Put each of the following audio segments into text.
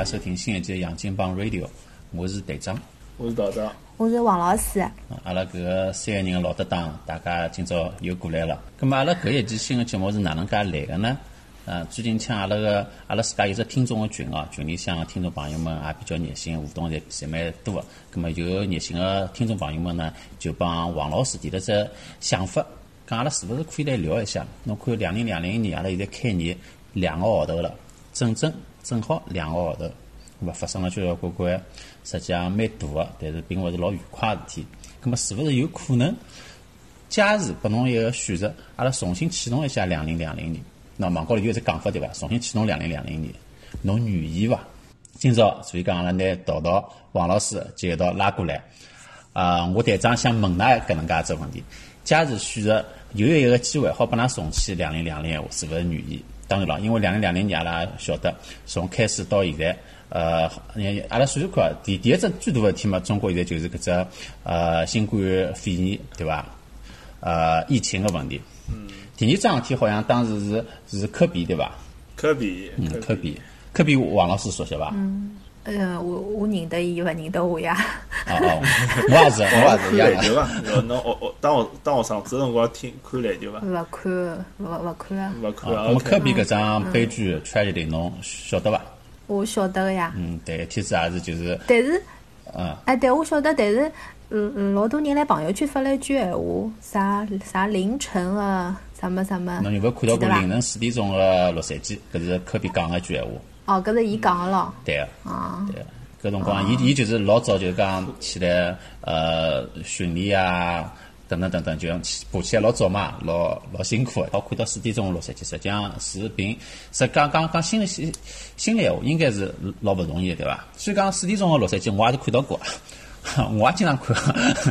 收听新一期的杨金帮 Radio， 我是队长， 我是道长， 我是王老师。 阿拉搿个三个人的老搭档，大家今朝又过来了。咁么阿拉搿一期新的节目是哪能介来的呢？最近像阿拉自家有只听众的群啊，群里向听众朋友们也比较热心，互动侪蛮多的。咁么有热心的听众朋友们呢，就帮王老师提了只想法，讲阿拉是不是可以来聊一下？侬看2020年，阿拉现在开年2个号头了，正好2个号头，咁么发生了交交关关，实际上蛮大的，但是并勿是老愉快的事体。咁么是不是有可能假如拨侬一个选择，阿拉重新启动一下2020年？那网高头有只讲法对伐？重新启动2020年，侬愿意伐？今朝所以讲阿拉拿道王老师就一道拉过来。我队长想问㑚搿能介只问题：假如选择有一个机会好拨㑚重启2020年，是勿是愿意？当然了，因为2020年阿拉晓得从开始到现在，阿拉算算看，第一只最大的事体嘛，中国现在就是搿只新冠肺炎对伐？疫情的问题。第二桩事体好像当时是科比对伐？ 科比， 王老师熟悉伐？ 我认得伊，勿认得我呀。 我也是一样篮球伐？侬当学生子辰光看篮球伐？ 勿看啊。 那么科比搿桩悲剧 tragedy 侬晓得伐？ 我晓得个呀。 对，天子也是就是。 但是，对，我晓得，但是，老多人来朋友圈发了一句闲话，啥凌晨啊，什么。 侬有没有看到过凌晨4点钟的洛杉矶？搿是科比讲个一句闲话。 哦，搿是伊讲个咯。 对个。对个。搿辰光，伊就是老早就讲起来训练啊，等等，就爬起来老早嘛，老辛苦的。看到4点钟洛杉矶，实际上是讲心里闲话，应该是老勿容易的，对伐？所以讲4点钟的洛杉矶，我也是看到过，我也经常看。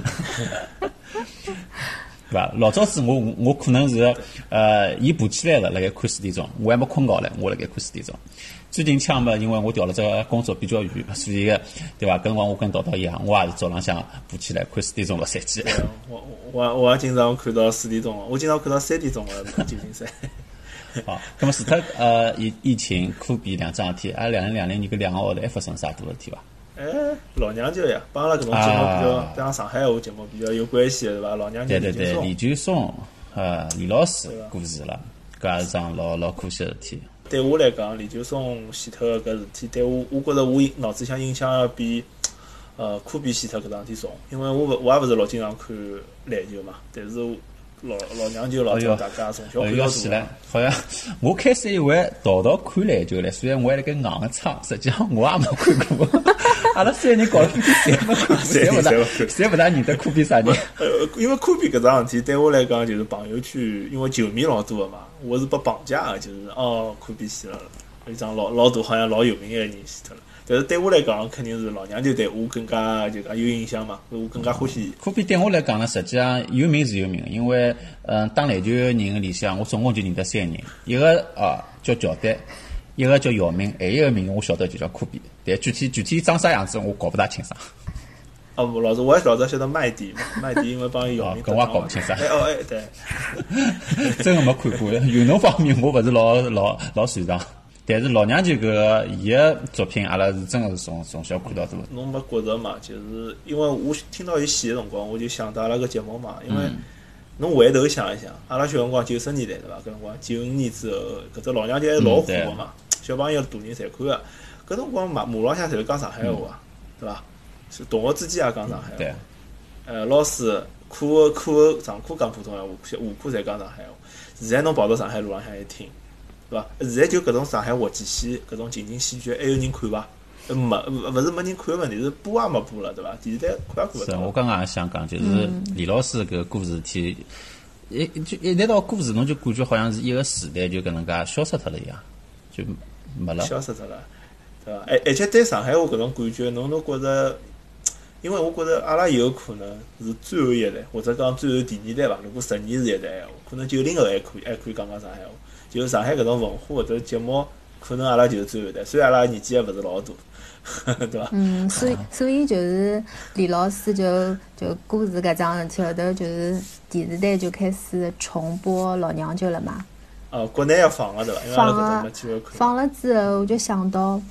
对伐？老早子我可能是伊爬起来了，辣盖看4点钟，我还没困觉嘞，我辣盖看4点钟。最近腔嘛，因为我调了这个工作比较远，所以对伐？搿辰光我跟道一样，我也是早浪向爬起来看4点钟洛杉矶。 我也经常看到4点钟，我经常看到3点钟的旧金山。 好，那么除脱疫情、科比两桩事体，阿拉2020年搿2个号头还发生啥大事体伐？ 老娘舅呀，帮阿拉搿种节目比较，跟上海话节目比较有关系的对伐？老娘舅对，李俊松李老师过世了，搿也是桩老可惜的事体。 对我来讲，李俊松死脱的搿事体，对我觉着我脑子想影响要比科比死脱搿桩事体重，因为我也勿是老经常看篮球嘛，但是老娘舅老早大家从小看到大。 好像我开始以为道看篮球嘞，虽然我还辣盖硬个撑，实际上我也没看过。阿拉3个人搞了半天，侪没看过，侪勿大认得科比啥人。 因为科比搿桩事体对我来讲就是朋友圈，因为球迷老多个嘛，我是被绑架个，就是科比死了，一张老大好像老有名个人死脱了。但是对我来讲，肯定是老娘舅对我更加就讲有影响嘛，我更加欢喜。 科比对我来讲呢，实际上有名是有名，因为打篮球的人里向，我总共就认得3个人，一个叫乔丹，一个叫姚明，还有一个名我晓得就叫科比，但具体长啥样子我搞不大清爽。 老师，我还老早晓得麦迪因为帮姚明。 搿我也搞不清爽。 对。 真个没看过，运动方面我勿是老擅长。但是老娘舅搿伊个作品，阿拉是真个是从小看到大。 侬没觉着嘛？就是因为我听到伊死个辰光，我就想到阿拉个节目嘛。因为侬回头想一想，阿拉小辰光90年代对伐？搿辰光95年之后，搿只老娘舅还老火个嘛，小朋友大人侪看个。搿辰光马路浪向侪是讲上海话，对伐？是同学之间也讲上海话。老师课后上课讲普通闲话，下课侪讲上海话。现在侬跑到上海路浪向一听。对伐？现在就搿种上海话剧戏，搿种情景喜剧，还有人看伐？勿是没人看个问题，是播也没播了，对伐？电视台看也看勿到。 是我刚刚也想讲，就是李老师搿故事体，一谈到故事，侬就感觉好像是一个时代就搿能介消失脱了一样，就没了。 消失脱了，对伐？而且对上海话搿种感觉，侬觉着？因为我觉着阿拉有可能是最后一代，或者讲最后第2代伐。如果10年是一代闲话，可能90后还可以讲上海话。就是上海搿种文化或者节目，可能阿拉就是最后一代，虽然阿拉年纪还勿是老大，对伐？ 所以就是李老师就故事搿桩事体后头，就是电视台就开始重播老娘舅了嘛。 国内要放个对伐？因为阿拉搿种没机会看。 放了之后，我就想到，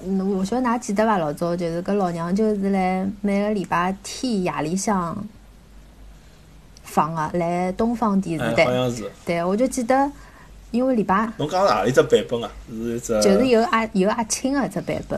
我晓得㑚记得伐？老早就是搿老娘舅是来每个礼拜天夜里向放个，来东方电视台。 好像是。 对，我就记得，因为礼拜侬讲是何里只版本啊？是一只。 就是有阿青个只版本。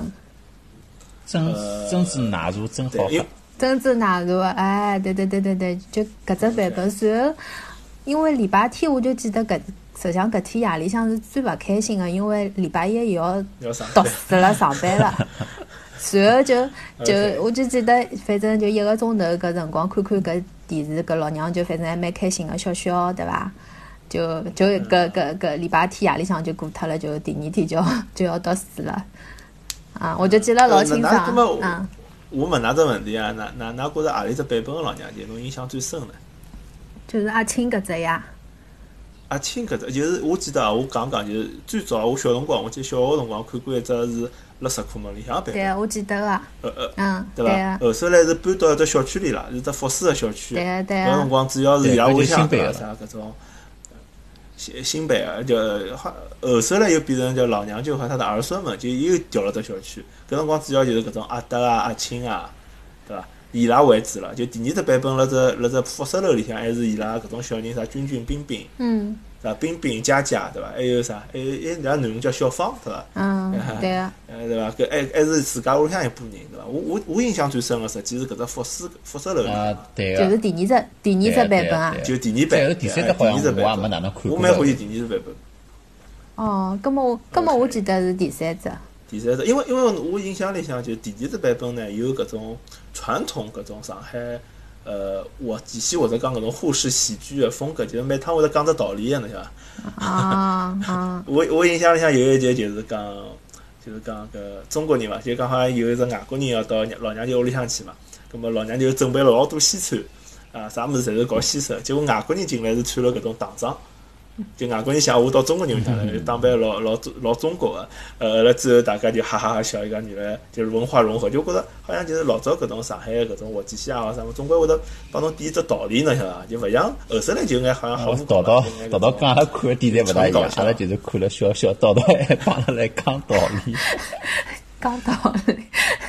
珍珠奶茶真好喝。 珍珠奶茶，哎，对，就搿只版本。随后，因为礼拜天我就记得实际上搿天夜里向是最勿开心个，因为礼拜一又要读书了，上班了。随后就我就记得，反正就1个钟头搿辰光看搿电视，搿老娘就反正还蛮开心个，笑对伐？就搿礼拜天夜里向就过脱了，就第二天就要读书了。啊，我就记得老清爽。 我问㑚只问题啊，㑚觉着何里只版本个老娘舅侬印象最深呢？ 就是阿青搿只呀。 阿青搿只就是我记得啊，我讲就是最早我小辰光，我记得小学辰光看过一只是辣石库门里向版本。 对，我记得个。 对伐？后首来是搬到一只小区里了，是只复式个小区。 对。 搿辰光主要是夜里向啥搿种新版个，就后首来又变成叫老娘舅和他的儿孙们，就又调了只小区。搿辰光主要就是搿种阿德啊、阿青啊，对伐？伊拉为主了。就第二只版本辣只复式楼里向，还是伊拉搿种小人啥君彬彬，对伐？彬彬佳佳，对伐？还有啥？还有伊拉囡恩叫小芳，对伐？ 对个。 对伐？搿还是自家屋里向一拨人，对伐？我印象最深个实际是搿只复式楼里向。 对个。 就是第二只版本啊。 就第二版。 第三只好像我也没哪能看过。 我蛮欢喜第二只版本。 哦，葛末我记得是第三只。 第三只，因为我印象里向就第二只版本呢，有搿种传统搿种上海我体系或者讲搿种沪式喜剧的风格，就是每趟会得讲只道理一样的，晓得伐？我印象里向有一集就是讲搿中国人嘛，就讲好像有一只外国人要到老娘舅屋里向去嘛，葛末老娘舅准备了老多西餐啊，啥物事侪是搞西式，结果外国人进来是穿了搿种唐装。就外国人想我到中国人屋里向来，打扮老中国个，了之后大家就哈哈笑，伊讲原来就是文化融合，就觉着好像就是老早搿种上海搿种活鸡虾啊啥么，总归会得帮侬点一只道理，侬晓得伐？就勿像后首来就眼好像好道讲阿拉看个点侪勿大一样，阿拉就是看了笑，道还帮阿拉来讲道理。 讲道理。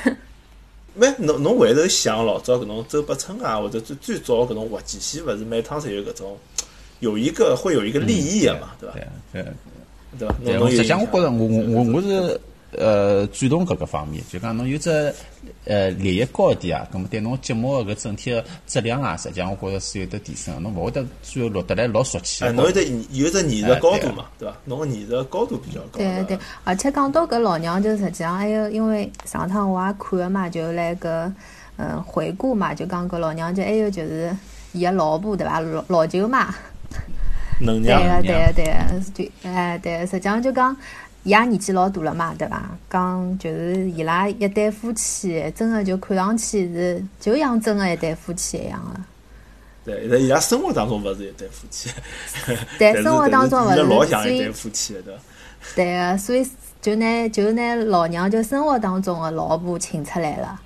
侬回头想老早搿种周伯春啊，或者最早搿种活鸡戏，勿是每趟侪有搿种。会有一个利益的嘛，对吧？对吧？ 实际上，我觉着我是赞同搿个方面，就讲侬有只利益高一点啊，咁么对侬节目搿整体个质量啊，实际上我觉着是有得提升，侬勿会得最后录得来老俗气。 侬有只艺术高度嘛，对伐？侬个艺术高度比较高。 对，而且讲到搿老娘舅，实际上还有因为上趟我也看个嘛，就来搿回顾嘛，就讲搿老娘舅，还有就是伊个老婆对伐？老舅嘛。 能娘， 对，实际上就讲，伊也年纪老大了嘛，对伐？讲就是伊拉一对夫妻，真的就看上去是就像真的一对夫妻一样的。 对，伊拉生活当中勿是一对夫妻， 对，生活当中勿是， 老像一对夫妻的。 对个，所以就拿老娘就生活当中的老婆请出来了。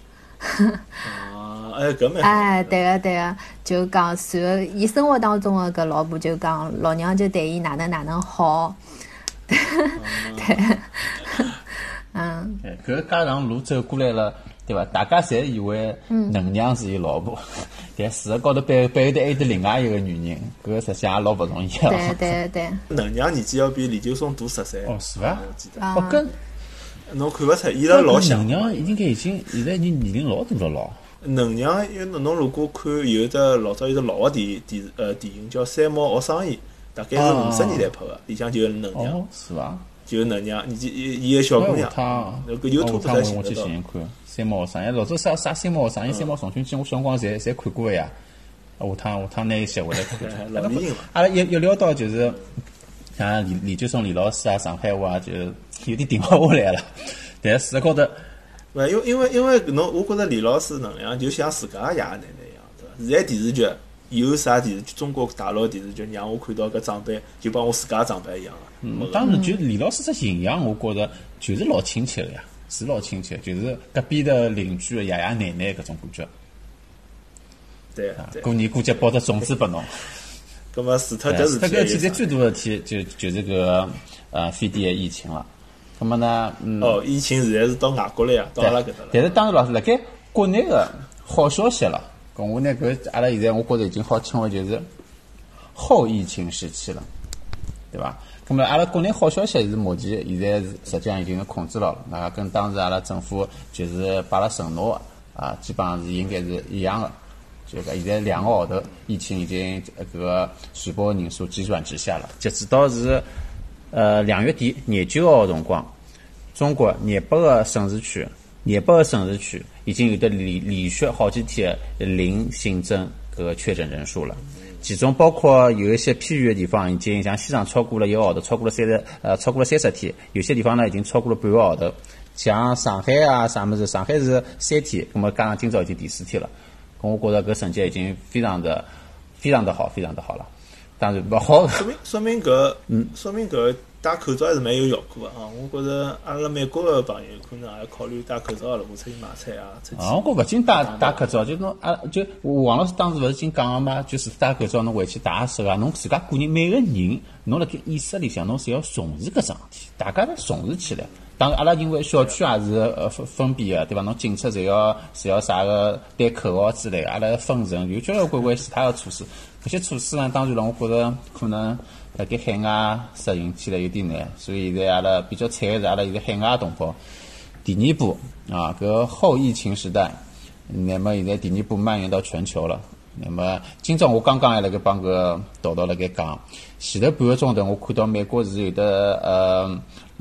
对个，就讲随后伊生活当中的搿老婆就讲老娘就对伊哪能好，对， 搿家长路走过来了，对伐？大家侪以为能娘是伊老婆，但事实高头背后头还有得另外一个女人，搿实际也老勿容易啊。 对。 能娘年纪要比李九松大10岁。 哦，是伐？ 我记得。 跟侬看勿出，伊拉老像。 能娘应该现在年龄老大了咯。 能娘，因为侬如果看有只老早有只老个电影叫《三毛学生意》，大概是50年代拍个，里向就有能娘。 哦，是伐？ 就是能娘，伊个小姑娘。那个有图不才寻得到。 三毛学生意，老早啥三毛学生意、三毛送春季，我小辰光侪看过个呀。下趟拿伊写回来看。 老年人嘛。 阿拉一聊到就是像李九松李老师啊，上海话就有点停勿下来了。但是事实高头。 因为侬，我觉着李老师能量就像自家爷爷奶奶一样，对伐？现在电视剧有啥电视剧，中国大陆电视剧让我看到搿长辈就帮我自家长辈一样个。 当然，就李老师这形象，我觉着就是老亲切个呀，是老亲切，就是隔壁的邻居的爷爷奶奶搿种感觉。 对。 过年过节包只粽子拨侬。 搿么除脱搿事体， 现在最大的事体就是搿飞碟疫情了。 那么呢， 疫情现在是到外国了呀，到阿拉搿搭了。 但是当然了，辣盖国内个好消息了，搿我呢搿阿拉现在我觉着已经好称为就是后疫情时期了，对伐？那么阿拉国内好消息是目前现在是实际上已经控制牢了，那跟当时阿拉政府就是把阿拉承诺啊，基本上是应该是一样的。这个现在2个号头，疫情已经搿个传播人数急转直下了。截止到是2月底29号辰光，中国廿八个省市区已经有的连续好几天零新增搿个确诊人数了。其中包括有一些偏远的地方，已经像西藏超过了1个号头，超过了30天，有些地方呢已经超过了半个号头。像上海啊啥么子，上海是3天，那么加上今朝已经第4天了。我觉着搿成绩已经非常的好了。当然不好， 说明搿戴口罩还是蛮有效果的啊！我觉着阿拉美国的朋友可能也考虑戴口罩了，我出去买菜啊，出去。 我觉勿仅戴口罩，就侬就王老师当时勿是已经讲了嘛，就是戴口罩侬回去戴手啊，侬自家个人每个人，侬辣盖意识里向侬侪要重视搿桩事体，大家侪重视起来。当然，阿拉因为小区也是封闭的，对伐？侬进出侪要啥个戴口罩之类，阿拉分层，有交关其他的措施。搿些措施呢，当然了，我觉着可能辣盖海外实行起来有点难，所以现在阿拉比较惨的是，阿拉现在海外同胞第2波啊，搿后疫情时代，那么现在第2波蔓延到全球了。那么今朝我刚刚还辣盖帮个导辣盖讲，前头半个钟头我看到美国是有的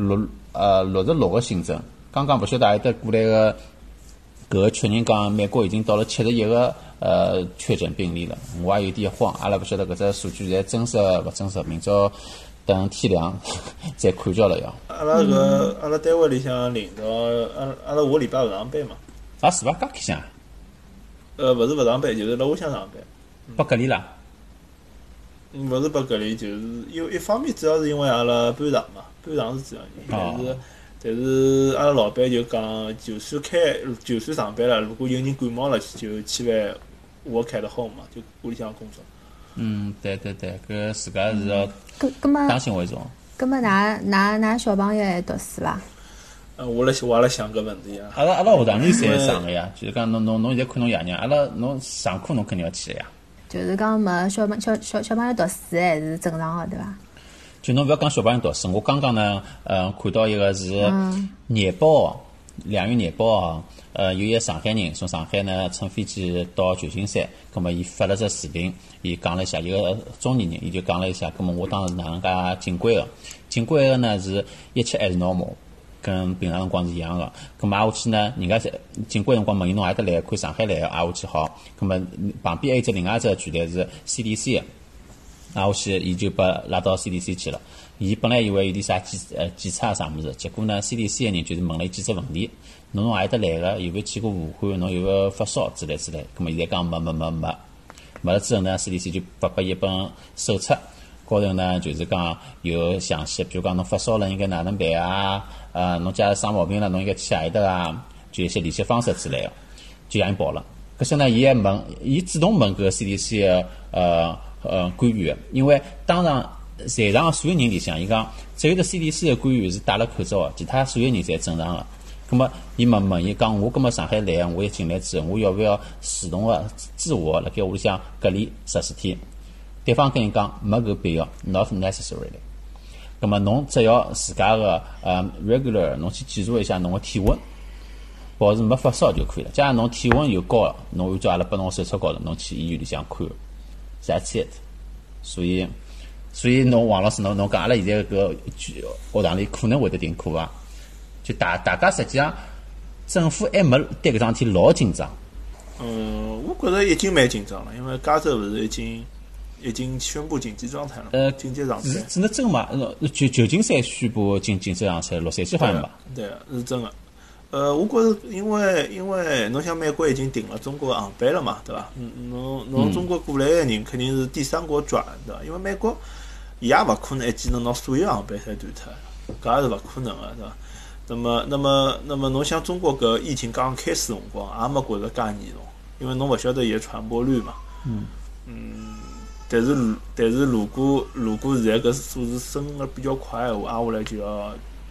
66个新增，刚刚不晓得还有得过来个搿个确认讲美国已经到了71个确诊病例了，我也有点慌，阿拉不晓得搿只数据现在真实勿真实，明朝等天亮再看叫了要。 阿拉单位里向领导，阿拉下礼拜勿上班嘛？ 是伐？介开心啊？ 勿是勿上班，就是辣屋里向上班。 被隔离啦？ 勿是被隔离，就是因为一方面主要是因为阿拉搬厂嘛，搬厂是主要原因。但是阿拉老板就讲，就算上班了，如果有人感冒了，就千万work at home嘛，就屋里向工作。 对，搿自家是要当心为重。 葛末㑚小朋友还读书伐？ 我也辣想搿问题啊。 阿拉学堂里侪上个呀，就是讲侬现在看侬爷娘，阿拉侬上课侬肯定要去个呀。就是讲没小朋友读书还是正常个，对伐？ 就侬勿要讲小朋友读书，我刚刚呢，看到一个是廿8号，2月廿8号，有一个上海人从上海呢乘飞机到旧金山，葛末伊发了只视频，伊讲了一下，一个中年人，伊就讲了一下，葛末我当时哪能介进关个？进关个呢是一切 as normal， 跟平常辰光是一样个。葛末挨下去呢，人家在进关辰光问伊侬何得来，看上海来个，挨下去好。葛末旁边还有另外一只距离是 CDC 个。挨下去，伊就被拉到 CDC 去了。伊本来以为有点啥检查啥物事，结果呢 ，CDC 的人就是问了伊几只问题：侬何得来个？有没有去过武汉？侬有没有发烧之类。咁么现在讲没。没了之后呢 ，CDC 就发拨伊一本手册，高头呢就是讲有详细，比如讲侬发烧了应该哪能办啊？侬假如生毛病了，侬应该去何得啊？就一些联系方式之类的，就让伊报了。可是呢，伊主动问搿个 CDC 的官员，因为当场在场的所有人里向，伊讲只有个 CDC 的官员是戴了口罩的，其他所有人侪正常的。咁么，伊问伊讲，我咁么上海来，我一进来之后，我要不要自动的自我辣盖屋里向隔离14天？对方跟伊讲没搿必要 ，not necessarily。咁么侬只要自家个regular， 侬去记录一下侬个体温，保持没发烧就可以了。假如侬体温又高了，侬按照阿拉拨侬手册高头，侬去医院里向看。That's it。所以侬王老师侬讲阿拉现在搿学堂里可能会得停课伐？就大家实际上政府还没对搿桩事体老紧张。 我觉着已经蛮紧张了，因为加州勿是已经宣布紧急状态了。紧急状态。 是真嘛？旧金山宣布紧急状态，洛杉矶好像没。 对，是真的。我觉着，因为侬像美国已经停了中国航班了嘛，对伐？侬中国过来的人肯定是第三国转的，因为美国伊也勿可能一记能拿所有航班侪断脱，搿也是勿可能的，对伐？那么侬像中国搿疫情刚刚开始辰光，也没觉着介严重，因为侬勿晓得伊个传播率嘛。但是如果现在搿数字升得比较快的话，挨下来就要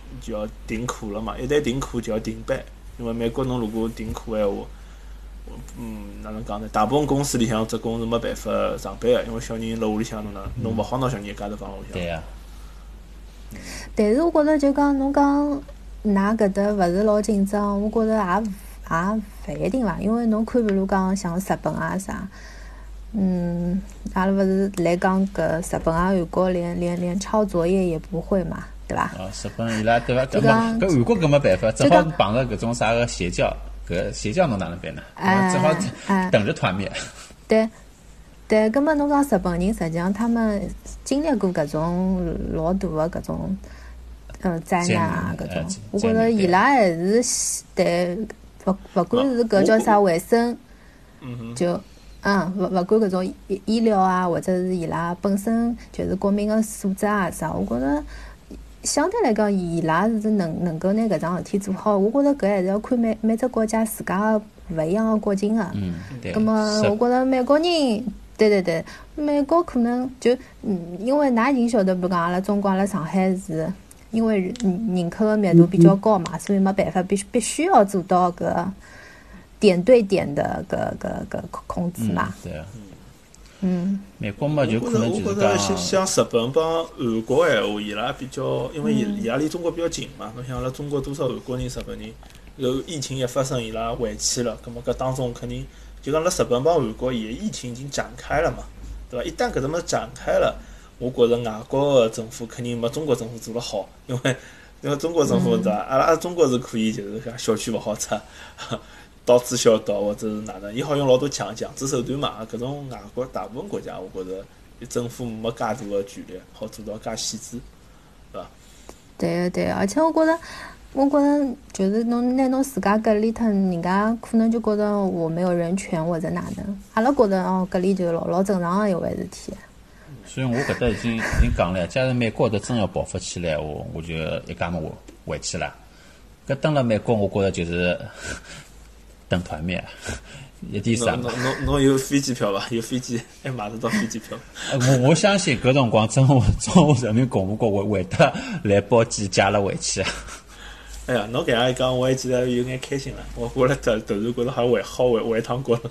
就要停课了嘛，一旦停课就要停班，因为美国侬如果停课闲话，哪能讲呢？大部分公司里向职工是没办法上班的，因为小人辣屋里向侬勿好拿小人一家头放屋里向。 对呀。 但是我觉着就讲侬讲㑚搿搭勿是老紧张，我觉着也勿一定伐，因为侬看比如讲像日本啊啥，阿拉勿是来讲搿日本啊韩国连抄作业也不会嘛，对伐？ 日本伊拉对伐？搿韩国搿没办法，正好碰着搿种啥个邪教，搿邪教侬哪能办呢？正好等着团灭。 对，葛末侬讲日本人实际上他们经历过搿种老大的搿种灾难啊搿种，我觉着伊拉还是对勿管是搿叫啥卫生，就勿管搿种医疗啊，或者是伊拉本身就是国民的素质啊啥，我觉着相对来讲伊拉是能够拿搿桩事体做好。我觉着搿还是要看每只国家自家勿一样的国情个。葛末我觉着美国人。对，美国可能就因为㑚已经晓得，比如讲阿拉中国阿拉上海是因为人口的密度比较高嘛，所以没办法必须要做到搿点对点的搿控制嘛。 对啊。美国嘛就可能就是讲，像日本帮韩国闲话，伊拉比较，因为伊拉离中国比较近嘛。侬想阿拉中国多少韩国人、日本人，然后疫情一发生，伊拉回去了，葛末搿当中肯定。就讲辣日本帮韩国，伊个疫情已经展开了嘛，对伐？一旦搿种么展开了，我觉着外国个政府肯定没中国政府做得好，因为中国政府对伐？阿拉中国是可以就是讲小区勿好出，到处小道或者是哪能，伊好用老多强制手段嘛。搿种外国大部分国家，我觉着政府没介大个权力，好做到介限制，对伐？ 对，而且我觉着就是侬自家隔离脱，人家可能就觉着我没有人权或者哪能，阿拉觉着隔离就老正常的一回事体。 所以我搿搭已经讲了，假如美国头真要爆发起来话，我就一家门回去了。搿等了美国，我觉着就是等团灭，一点啥。 侬有飞机票伐？有飞机还买得到飞机票？ 我相信搿辰光中华人民共和国会得来包机接阿拉回去。 哎呀，侬搿样一讲，我还记得有眼开心了。我突然觉得好回一趟国了。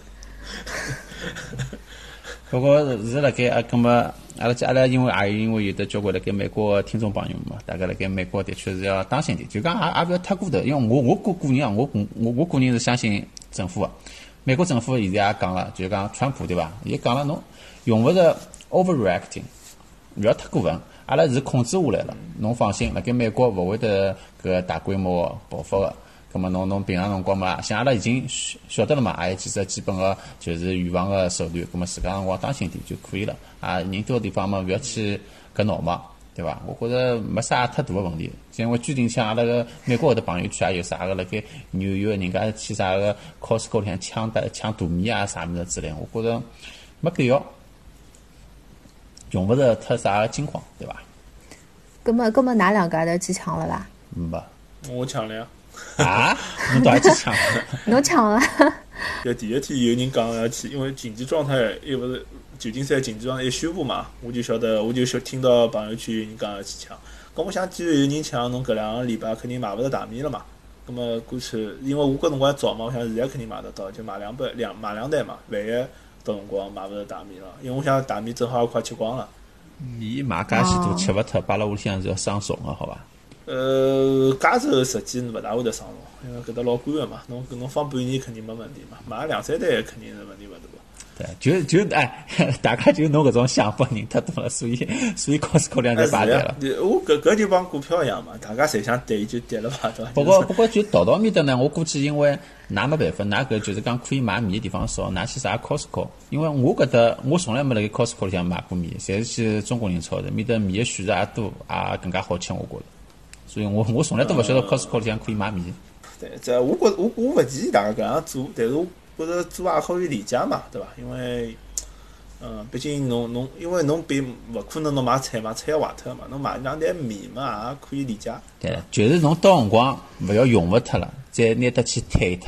不过是辣盖葛末阿拉因为有的交关辣盖美国的听众朋友们嘛，大家辣盖美国的确是要当心点，就讲也勿要太过头。因为我个人啊，我个人是相信政府的。美国政府现在也讲了，就讲川普对伐？伊讲了侬用勿着 overreacting， 勿要太过分。阿拉是控制下来了，侬放心，辣盖美国勿会得搿大规模爆发个。葛末侬平常辰光嘛，像阿拉已经晓得了嘛，也有几只基本个就是预防个手段。葛末自家辰光当心点就可以了。人多个地方嘛，勿要去搿闹嘛，对伐？我觉着没啥太大个问题。因为最近像阿拉个美国的朋友圈也有啥个辣盖纽约人家去啥个 Costco 里向抢大米啊啥物事之类，我觉着没必要。用勿着太啥个惊慌，对伐？ 葛末㑚两家头去抢了伐？ 没， 我抢了呀。 侬到底去抢了？ 侬抢了？ 搿第一天有人讲要去，因为紧急状态又勿是旧金山紧急状态一宣布嘛，我就听到朋友圈有人讲要去抢。咁我想，既然有人抢，侬搿2个礼拜肯定买勿着大米了嘛。咁么干脆，因为我搿辰光早嘛，我想现在肯定买得到，就买2袋嘛。万一到辰光买勿着大米了，因为我想大米正好也快吃光了。 米买介许多吃勿脱，摆辣屋里向是要生虫个，好伐？ 加州实际勿大会得生虫，因为搿搭老干个嘛，侬放半年肯定没问题嘛，买2-3袋肯定是问题勿大。 对，就大家就侬搿种想法人太多了，所以 Costco 两在摆跌了。 我搿就帮股票一样嘛，大家侪想跌就跌了吧，对伐？ 不过就到面搭呢，我估计因为㑚没办法，㑚搿就是讲可以买米的地方少，㑚去啥 Costco？因为我搿搭我从来没辣盖 Costco 里向买过米，侪是去中国人超市，面搭米的选择也多，也更加好吃，我觉着。所以我从来都勿晓得 Costco 里向可以买米。 对，这我勿建议大家搿样做，但是我觉着做也可以理解嘛，对伐？因为毕竟侬因为侬并勿可能侬买菜要坏脱嘛，侬买2袋米嘛也可以理解。 对，就是侬到辰光勿要用勿脱了，再拿得去退脱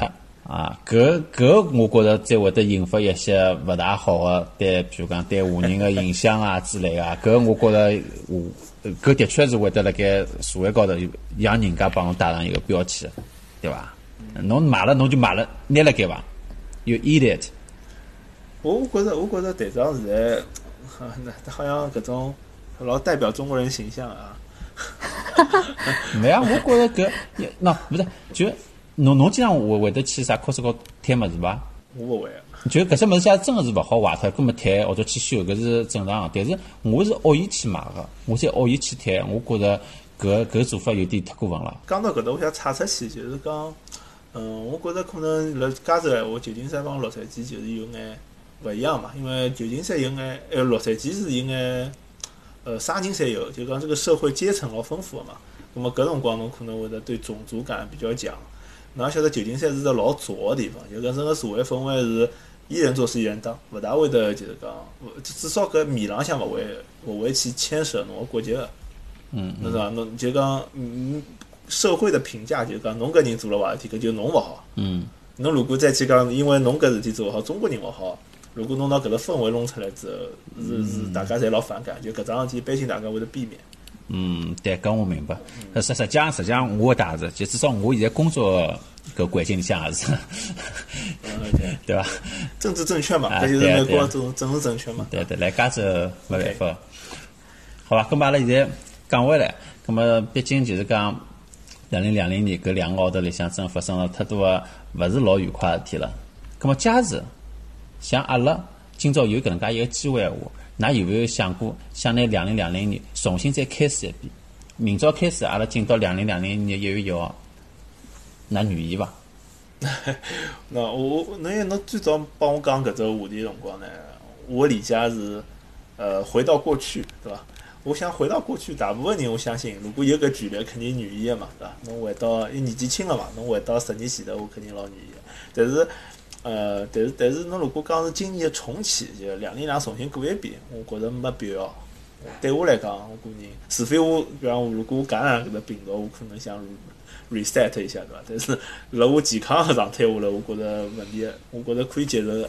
搿我觉着再会得引发一些勿大好的对，比如讲对华人的影响啊之类啊，搿我觉着搿的确是会得辣盖社会高头让人家帮侬带上一个标签，对伐？侬买了侬就买了，拿辣盖伐 ？You eat it。 我觉着队长现在好像搿种老代表中国人形象啊。 没啊，我觉着搿不是就。侬经常会得去啥 Costco 摊物事伐？ 我勿会。 就搿些物事假真个是勿好坏脱，搿么摊或者去修，搿是正常个。但是我是恶意去买个，我再恶意去摊，我觉着搿做法有点太过分了。 讲到搿搭，我想插出去，就是讲，我觉着可能辣加州闲话，旧金山帮洛杉矶就是有眼勿一样嘛，因为旧金山有眼，洛杉矶是有眼，啥人侪有，就讲这个社会阶层老丰富个嘛。那么搿辰光侬可能会得对种族感比较强。侬也晓得旧金山是个老左个地方，就搿整个社会氛围是一人做事一人当，勿大会得就是讲，至少搿面浪向勿会去牵涉侬个国籍个。侬知道，侬就讲，社会的评价就是讲，侬搿人做了坏事体，搿就侬勿好。侬如果再去讲，因为侬搿事体做勿好，中国人勿好，如果侬拿搿个氛围弄出来之后，是大家侪老反感，就搿桩事体，一般性大家会得避免。 对，搿我明白。实际上，我大是就至少我现在工作搿环境里向也是，对伐？ 政治正确嘛，搿就是美国政治正确嘛。 对，来加州没办法。好吧，咁嘛阿拉现在讲回来，咁么毕竟就是讲2020年搿2个号头里向真发生了太多个勿是老愉快的事体了。咁么假使像阿拉今朝有搿能介一个机会闲话，㑚有没有想过想拿2020年重新再开始一遍？明朝开始，阿拉进到2020年1月1号，㑚愿意伐？ 那侬最早帮我讲搿只话题辰光呢，我理解是回到过去，对伐？我想回到过去，大部分人我相信，如果有搿权利，肯定愿意个嘛，对伐？侬回到因年纪轻了嘛，侬回到10年前头，我肯定老愿意个。但是侬如果讲是今年的重启，就2020重新过一遍，我觉着没必要。对我来讲，我个人，除非我，比方如果我感染搿个病毒，我可能想 reset 一下，对伐？但是辣我健康个状态下来，我觉着问题，我觉着可以接受个。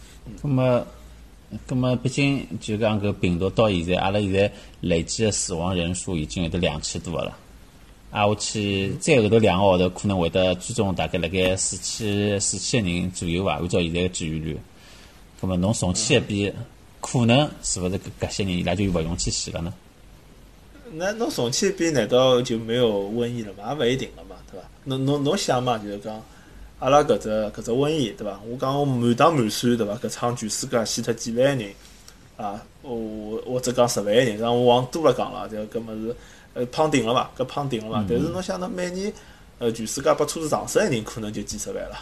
咁么，毕竟就讲搿病毒到现在，阿拉现在累计的死亡人数已经有得2000多个了。下去再后头2个号头可能会得最终大概辣盖4000人左右伐？按照现在个治愈率，咁么侬重启一遍，可能是勿是搿些人伊拉就勿用去死了呢？ 那侬重启一遍，难道就没有瘟疫了嘛？也勿一定了嘛，对伐？侬想嘛，就是讲阿拉搿只瘟疫，对伐？我讲我满打满算，对伐？搿场全世界死脱几万人啊，或者讲10万人，让我往多了讲了，就搿么是。胖顶了嘛，搿胖顶了嘛。但是侬想到每年，全世界把车子撞死的人可能就几十万了，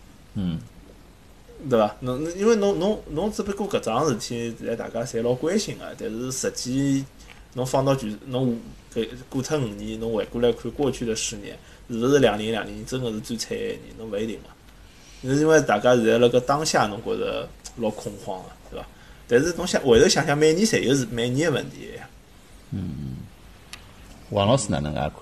对伐？因为侬只不过搿桩事体，现在大家侪老关心个，但是实际侬放到侬过脱5年，侬回过来看过去的10年，是勿是2020年真个是最惨的一年？侬勿一定个。是因为大家现在辣搿当下，侬觉着老恐慌个，对伐？但是侬回头想想，每年侪有是每年个问题。 王老师哪能介看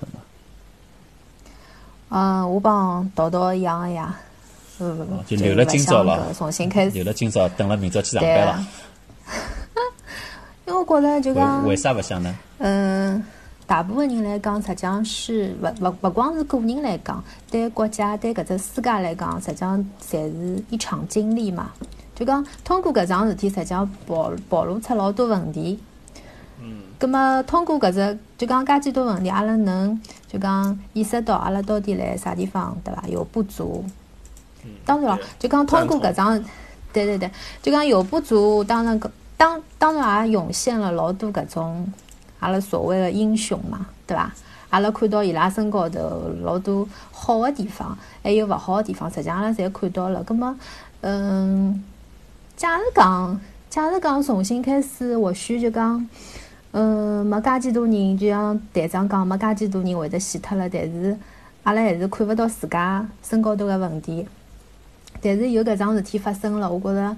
呢？我帮道道一样个呀， 就留了今朝了， 重新开始， 留了今朝，等了明朝去上班了。 因为我觉着就讲， 为啥勿想呢？ 大部分人来讲，实际上是勿光是个人来讲，对国家、对搿只世界来讲，实际上侪是一场经历嘛。就讲通过搿桩事体，实际上暴露出老多问题。咁么通过搿只就讲介几多问题，阿拉能就讲意识到阿拉到底辣啥地方，对伐？有不足。当然了，就讲通过搿桩，对，就讲有不足，当然也涌现了老多搿种阿拉所谓的英雄嘛，对伐？阿拉看到伊拉身高头老多好的地方，还有勿好的地方，实际上阿拉侪看到了。咁么，假如讲重新开始，或许就讲。没介几多人，就像队长讲，没介几多人会得死脱了。但是阿拉还是看勿到自家身高头个问题。但是有搿桩事体发生了，我觉着，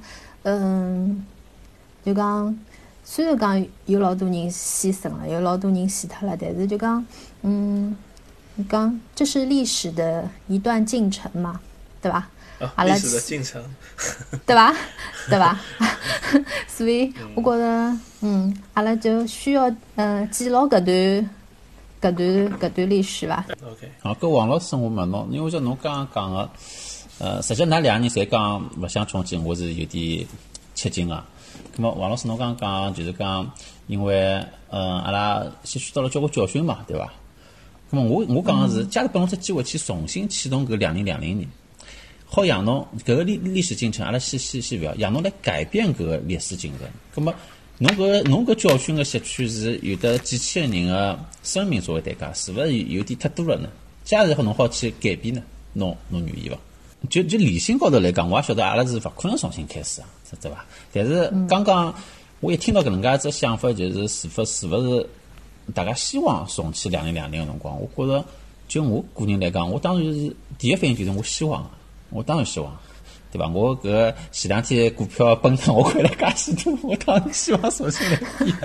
就讲虽然讲有老多人牺牲了，有老多人死脱了，但是就讲，讲这是历史的一段进程嘛，对伐？ 阿拉历史的进程， 对伐？对伐？所以我觉着，阿拉就需要记牢搿段历史伐。 OK。 好，搿王老师我问侬，因为就侬刚刚讲个，实际㑚两个人侪讲勿想重启，我是有点吃惊个。咁么王老师侬刚刚讲就是讲，因为阿拉吸取到了交关教训嘛，对伐？咁么我讲个是，假如拨侬只机会去重新启动搿2020年。好让侬搿个历史进程，阿拉先勿要，让侬来改变搿个历史进程。葛末侬搿教训个吸取是有得几千个人个生命作为代价，是勿是有点太多了呢？假如侬好去改变呢，侬愿意伐？就理性高头来讲，我也晓得阿拉是勿可能重新开始啊，对伐？但是刚刚我一听到搿能介一只想法，就是是勿是大家希望重启2020个辰光，我觉着就我个人来讲，我当然是第一反应就是我希望。我当然希望，对吧？我搿前两天股票崩塌，我亏了介许多，我当然希望重新来变。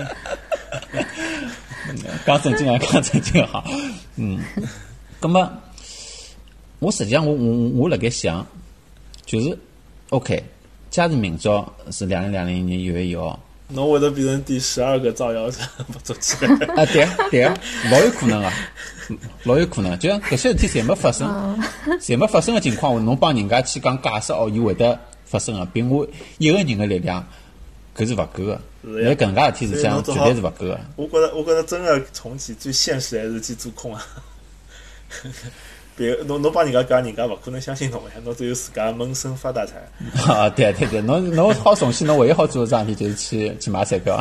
讲正经啊，好。葛么，我实际上我辣盖想，就是 OK，假如明朝是2020年1月1号。 侬会得变成第12个造谣者，不做起来啊！对，老有可能啊，老有可能。就像搿些事体侪没发生，侪没发生的情况下，侬帮人家去讲解释伊会得发生的，凭我一个人的力量，搿是勿够的。因为搿能介事体实际上绝对是勿够的。 我觉着真的重启最现实还是去做空啊。别侬帮人家讲，人家勿可能相信侬呀，侬只有自家闷声发大财。 啊，对，侬好重启，侬唯一好做的桩事体就是去买彩票。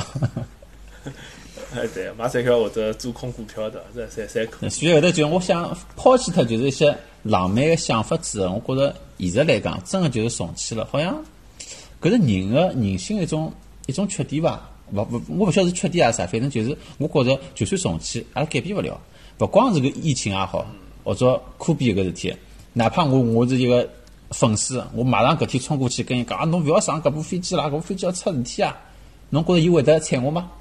对，买彩票或者做空股票的，这侪可以。 所以后头就我想抛弃脱就是一些浪漫的想法之后，我觉着现实来讲，真的就是重启了，好像搿是人性一种缺点吧。我勿晓得是缺点还是啥，反正就是我觉着就算重启，阿拉改变勿了。勿光是个疫情也好。或者科比一个事体，哪怕我是一个粉丝，我马上搿天冲过去跟伊讲啊，侬勿要上搿部飞机啦，搿部飞机要出事体啊！侬觉着伊会得睬我吗？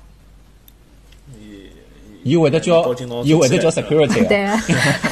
伊会得叫 security 啊？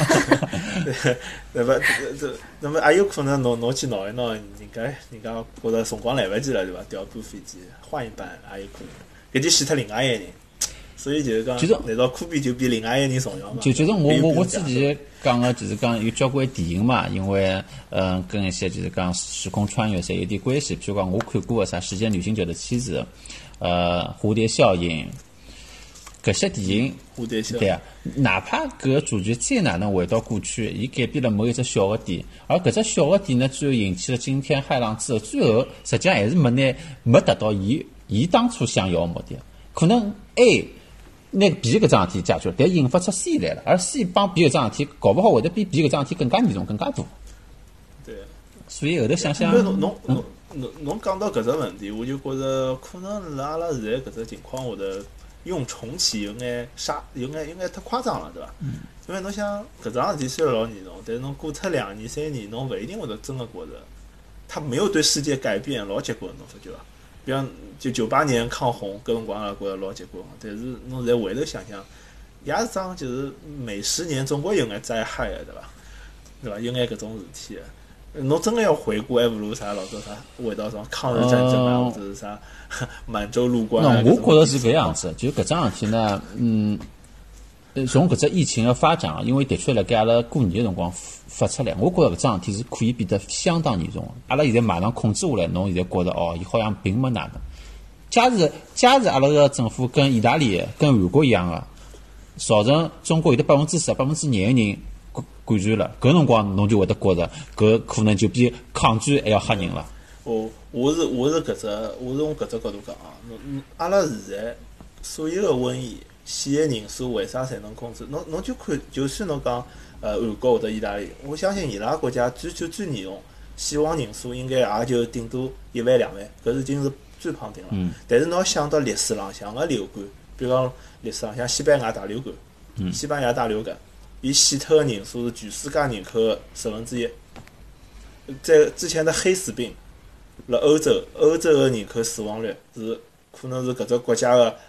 对，那么也有可能侬去闹一闹，人家觉着辰光来勿及了，对伐？调部飞机换一班也有可能，搿就死脱另外一个人。所以就是讲，难道科比就比另外一个人重要吗？ 就是我之前讲个，就是讲有交关电影嘛，因为跟一些就是讲时空穿越侪有点关系。譬如讲我看过个啥《时间旅行者的妻子》，蝴蝶效应，搿些电影， 蝴蝶效应， 对啊，哪怕搿个主角再哪能回到过去，伊改变了某一只小个点，而搿只小个点呢，最后引起了惊天骇浪之后，最后实际上还是没达到伊当初想要的目的，可能 A。拿 B 搿桩事体解决，但引发出 C 来了，而 C 帮 B 搿桩事体，搞不好会得比 B 搿桩事体更加严重、更加大。 对。 所以后头想想， 侬讲到搿只问题，我就觉着可能辣阿拉现在搿只情况下头，用重启有眼太夸张了，对伐？因为侬想搿桩事体虽然老严重，但是侬过脱2年、3年，侬勿一定会得真个觉着，它没有对世界改变，老结棍，侬发觉伐？比方就98年抗洪，搿辰光也觉着老结棍，但是侬现在回头想想，也是桩就是每10年总归有眼灾害的，对伐？有眼搿种事体的，侬真个要回顾，还不如啥老早啥回到啥抗日战争啊，或者是啥满洲入关啊。 我觉着是搿样子，就搿桩事体呢，从搿只疫情的发展啊，因为的确辣盖阿拉过年的辰光发出来，我觉着搿桩事体是可以变得相当严重的。阿拉现在马上控制下来，侬现在觉着伊好像并没哪能。假如阿拉个政府跟意大利、跟韩国一样的，造成中国有的40%、20%的人感染了，搿辰光侬就会得觉着搿可能就比抗战还要吓人了。 我是从搿只角度讲啊，阿拉现在所有的瘟疫死的人数为啥才能控制？侬就看，就算侬讲韩国或者意大利，我相信伊拉国家最严重，死亡人数应该也就顶多1万2万，搿已经是最胖顶了。但是侬要想到历史浪向个流感，比如讲历史浪向西班牙大流感，西班牙大流感，伊死脱个人数是全世界人口的1/10。在之前的黑死病，辣欧洲的人口死亡率是可能是搿只国家的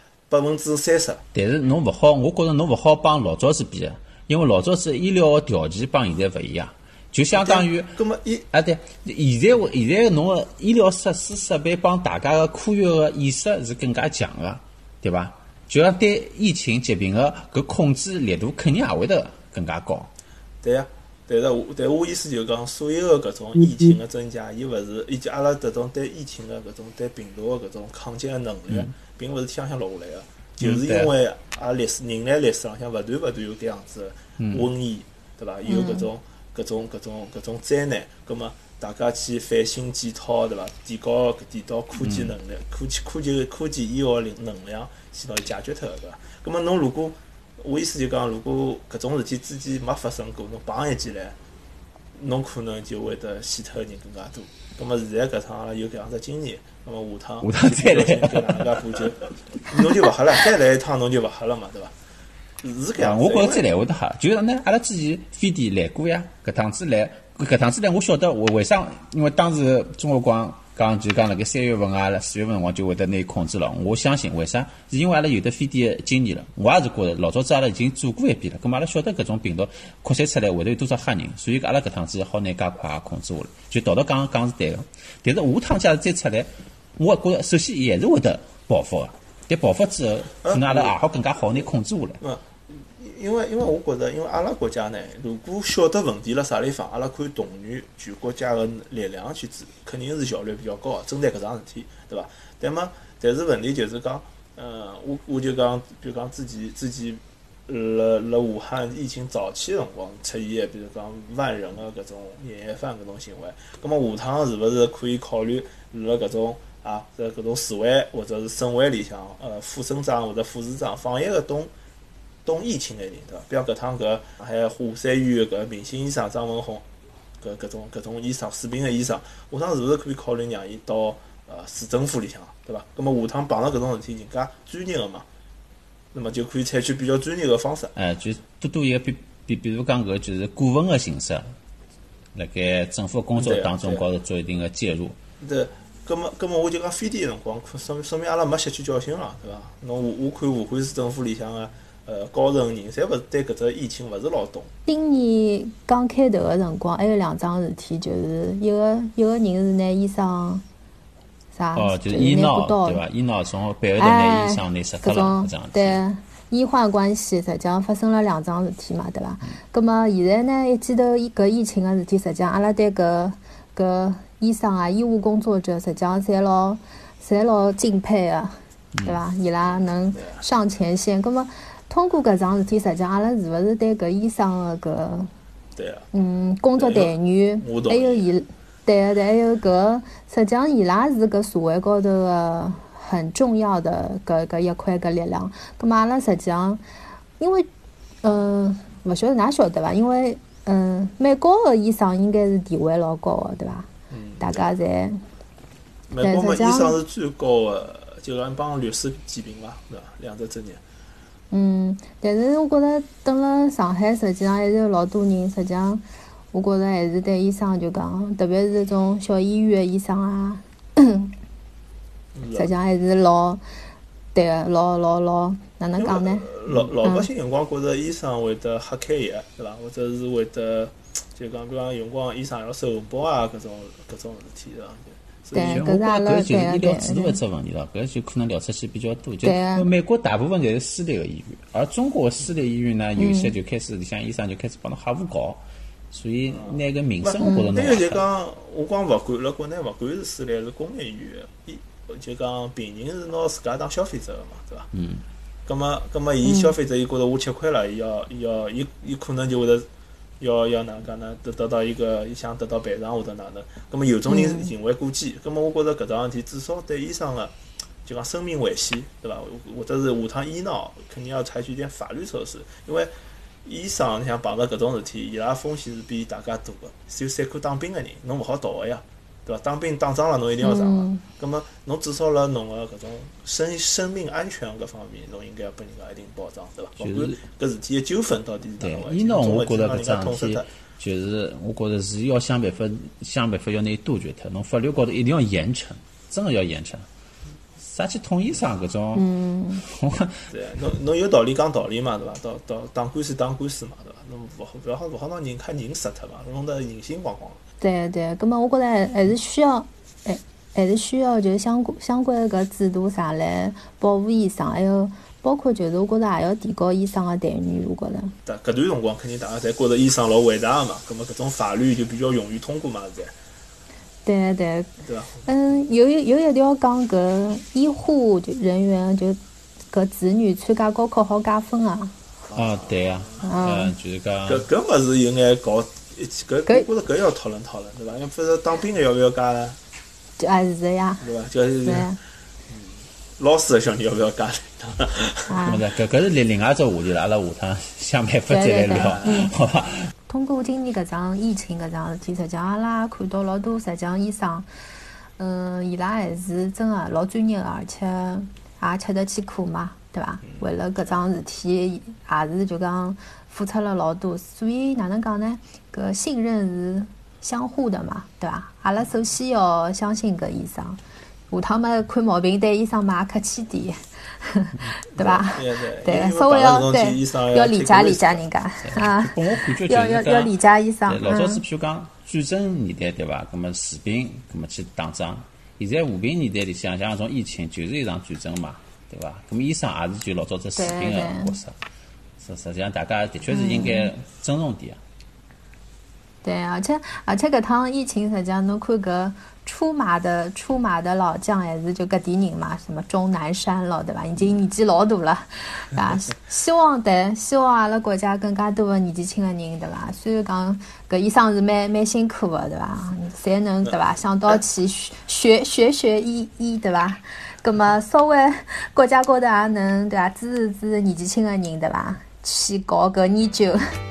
30%。 但是侬勿好，我觉着侬勿好帮老早子比，因为老早子医疗的条件帮现在勿一样。 就相当于， 咁么对，现在侬个医疗设施设备帮大家个科学个意识是更加强个，对伐？就像对疫情疾病个搿控制力度肯定也会得更加高。 对呀，但我意思就是讲，所有个搿种疫情个增加，伊勿是以及阿拉搿种对疫情个搿种对病毒个搿种抗击个能力，并勿是天上落下来个，就是因为人类历史浪向勿断有搿样子瘟疫，对伐？有搿种灾难，葛末大家去反省检讨，对伐？提高科技能力、科技医学能量，去拿伊解决脱个，对伐？葛末侬如果我意思就讲，如果搿种事体之前没发生过，侬碰一记来，侬可能就会得死脱个人更加多。葛末现在搿趟阿拉有搿样只经验，葛末下趟再来， 搿能介补救，侬就勿吓了，再来一趟侬就勿吓了嘛，对伐？是搿样子。 我觉着再来会得吓，就是呢，阿拉之前飞碟来过呀，搿趟子来，我晓得为啥？因为当时中国光讲辣盖3月份啊、4月份辰光就会得拿伊控制了。我相信为啥？是因为阿拉有得飞碟经验了。我也是觉着老早子阿拉已经做过一遍了，咁阿拉晓得搿种病毒扩散出来会得有多少吓人，所以阿拉搿趟子好拿介快控制下来。就道道讲是对个，但是下趟假如再出来，我觉着首先也是会得爆发个，但爆发之后可能阿拉也好更加好拿控制下来。 因为我觉着，因为阿拉国家呢，如果晓得问题辣啥地方，阿拉可以动员全国家个力量去治，肯定是效率比较高，针对搿桩事体，对伐？但是问题就是讲，我就讲，比如讲之前辣武汉疫情早期辰光出现，比如讲万人个搿种年夜饭搿种行为，葛末下趟是勿是可以考虑辣搿种在搿种市委或者是省委里向，副省长或者副市长放一个懂疫情的人，对伐？比如搿趟搿还华山医院搿明星医生张文宏，搿种医生水平的医生，下趟是勿是可以考虑让伊到市政府里向，对伐？葛末下趟碰到搿种事体，人家专业个嘛，那么就可以采取比较专业个方式。 就多一个比如讲搿就是顾问个形式，辣盖政府工作当中高头做一定个介入。 对，葛末我就讲飞碟个辰光，说明阿拉没吸取教训了，对伐？侬我看武汉市政府里向个。高层人，侪勿是对搿只疫情勿是老懂。 今年刚开头个辰光，还有2桩事体，就是一个人是拿医生啥， 就是医闹对伐？医闹从背后头拿医生拿杀脱了，搿桩对医患关系，实际上发生了2桩事体嘛，对伐？葛末现在呢，一记头搿疫情个事体，实际上阿拉对搿医生啊、医务工作者，实际上侪老敬佩个，对伐？伊拉能上前线，葛末。通过搿桩事体，实际上阿拉是勿是对搿医生个工作待遇，还有还有搿，实际上伊拉是搿社会高头个很重要的搿一块搿力量。葛末阿拉实际上，因为勿晓得㑚晓得伐？因为美国个医生应该是地位老高个，对伐？大家侪美国个医生是最高个，就讲帮律师齐平伐？对伐？两只职业。 但是我觉着等辣上海，实际上还是有老多人，实际上我觉着还是对医生就讲，特别是这种小医院的医生啊，实际上还是老对个，老哪能讲呢？ 老百姓辰光觉着医生会得瞎开药，对伐？或者是会得就讲，比方有辰光医生要收红包啊，搿种事体对伐？ 对，搿是阿拉搿就是医疗制度一只问题了，搿就可能聊出去比较多。就美国大部分侪是私立个医院，而中国个私立医院呢，有些就开始里向医生就开始帮侬瞎胡搞，所以拿个名声觉着侬。 那个就讲，我讲勿管辣国内，勿管是私立还是公立医院，就讲病人是拿自家当消费者个嘛，对伐？葛末伊消费者伊觉着我吃亏了，伊可能就会得。要哪能讲呢？得到一个想得到赔偿或者哪能？葛末有种人行为过激，葛末我觉着搿桩事体至少对医生个就讲生命危险，对伐？或者是下趟医闹肯定要采取一点法律措施，因为医生像碰到搿种事体，伊拉风险是比大家大个。有3科当兵个人，侬勿好逃个呀，对伐？当兵打仗了，侬一定要上个。葛末侬至少辣侬个搿种生命安全搿方面，侬应该要拨人家一定保障，对伐？勿管搿事体个纠纷到底是哪能回事。 医闹我觉着搿桩事体，就是我觉着是要想办法要拿伊杜绝脱。侬法律高头一定要严惩，真个要严惩。啥去捅医生搿种？ 对，侬有道理讲道理嘛，对伐？到打官司嘛，对伐？ 侬勿好让人看人杀脱嘛，弄得人心惶惶。 对对，葛末我觉着还是需要，还是需要就相关搿制度啥来保护医生，还有包括就是我觉着也要提高医生个待遇，我觉着。 搿段辰光肯定大家侪觉着医生老伟大个嘛，葛末搿种法律就比较容易通过嘛，现在。 对对。 对伐？ 有一条讲搿医护人员就搿子女参加高考好加分啊。 对啊，就是讲搿物事有眼搞，我觉着搿要讨论讨论，对伐？因为不是当兵个要勿要加呢？ 是的呀。 对伐？就是老师个小人要勿要加呢？ 搿是另外一只话题了，阿拉下趟想办法再来聊，好伐？ 通过今年搿桩疫情搿桩事体，实际上阿拉看到老多实际上医生，伊拉还是真个老专业个，而且也吃得起苦嘛，对伐？为了搿桩事体，也是就讲付出了老多，所以哪能讲呢？搿信任是相互的嘛，对伐？阿拉首先要相信搿医生，下趟嘛看毛病对医生嘛客气点。对吧？对，稍微要理解理解人家啊，要理解医生。 老早子譬如讲战争年代对伐？那么士兵那么去打仗，现在和平年代里像搿种疫情就是一场战争嘛，对伐？那么医生也是就老早子士兵的角色，实际上大家的确是应该尊重点。 对，而且搿趟疫情实际上侬看搿出马的老将还是就搿点人嘛，什么钟南山了，对伐？已经年纪老大了，对伐？希望阿拉国家更加多的年纪轻的人，对伐？虽然讲搿医生是蛮辛苦的，对伐？才能对伐？想到去学医，对伐？葛末稍微国家高头也能对伐？支持年纪轻的人，对伐？去搞搿研究。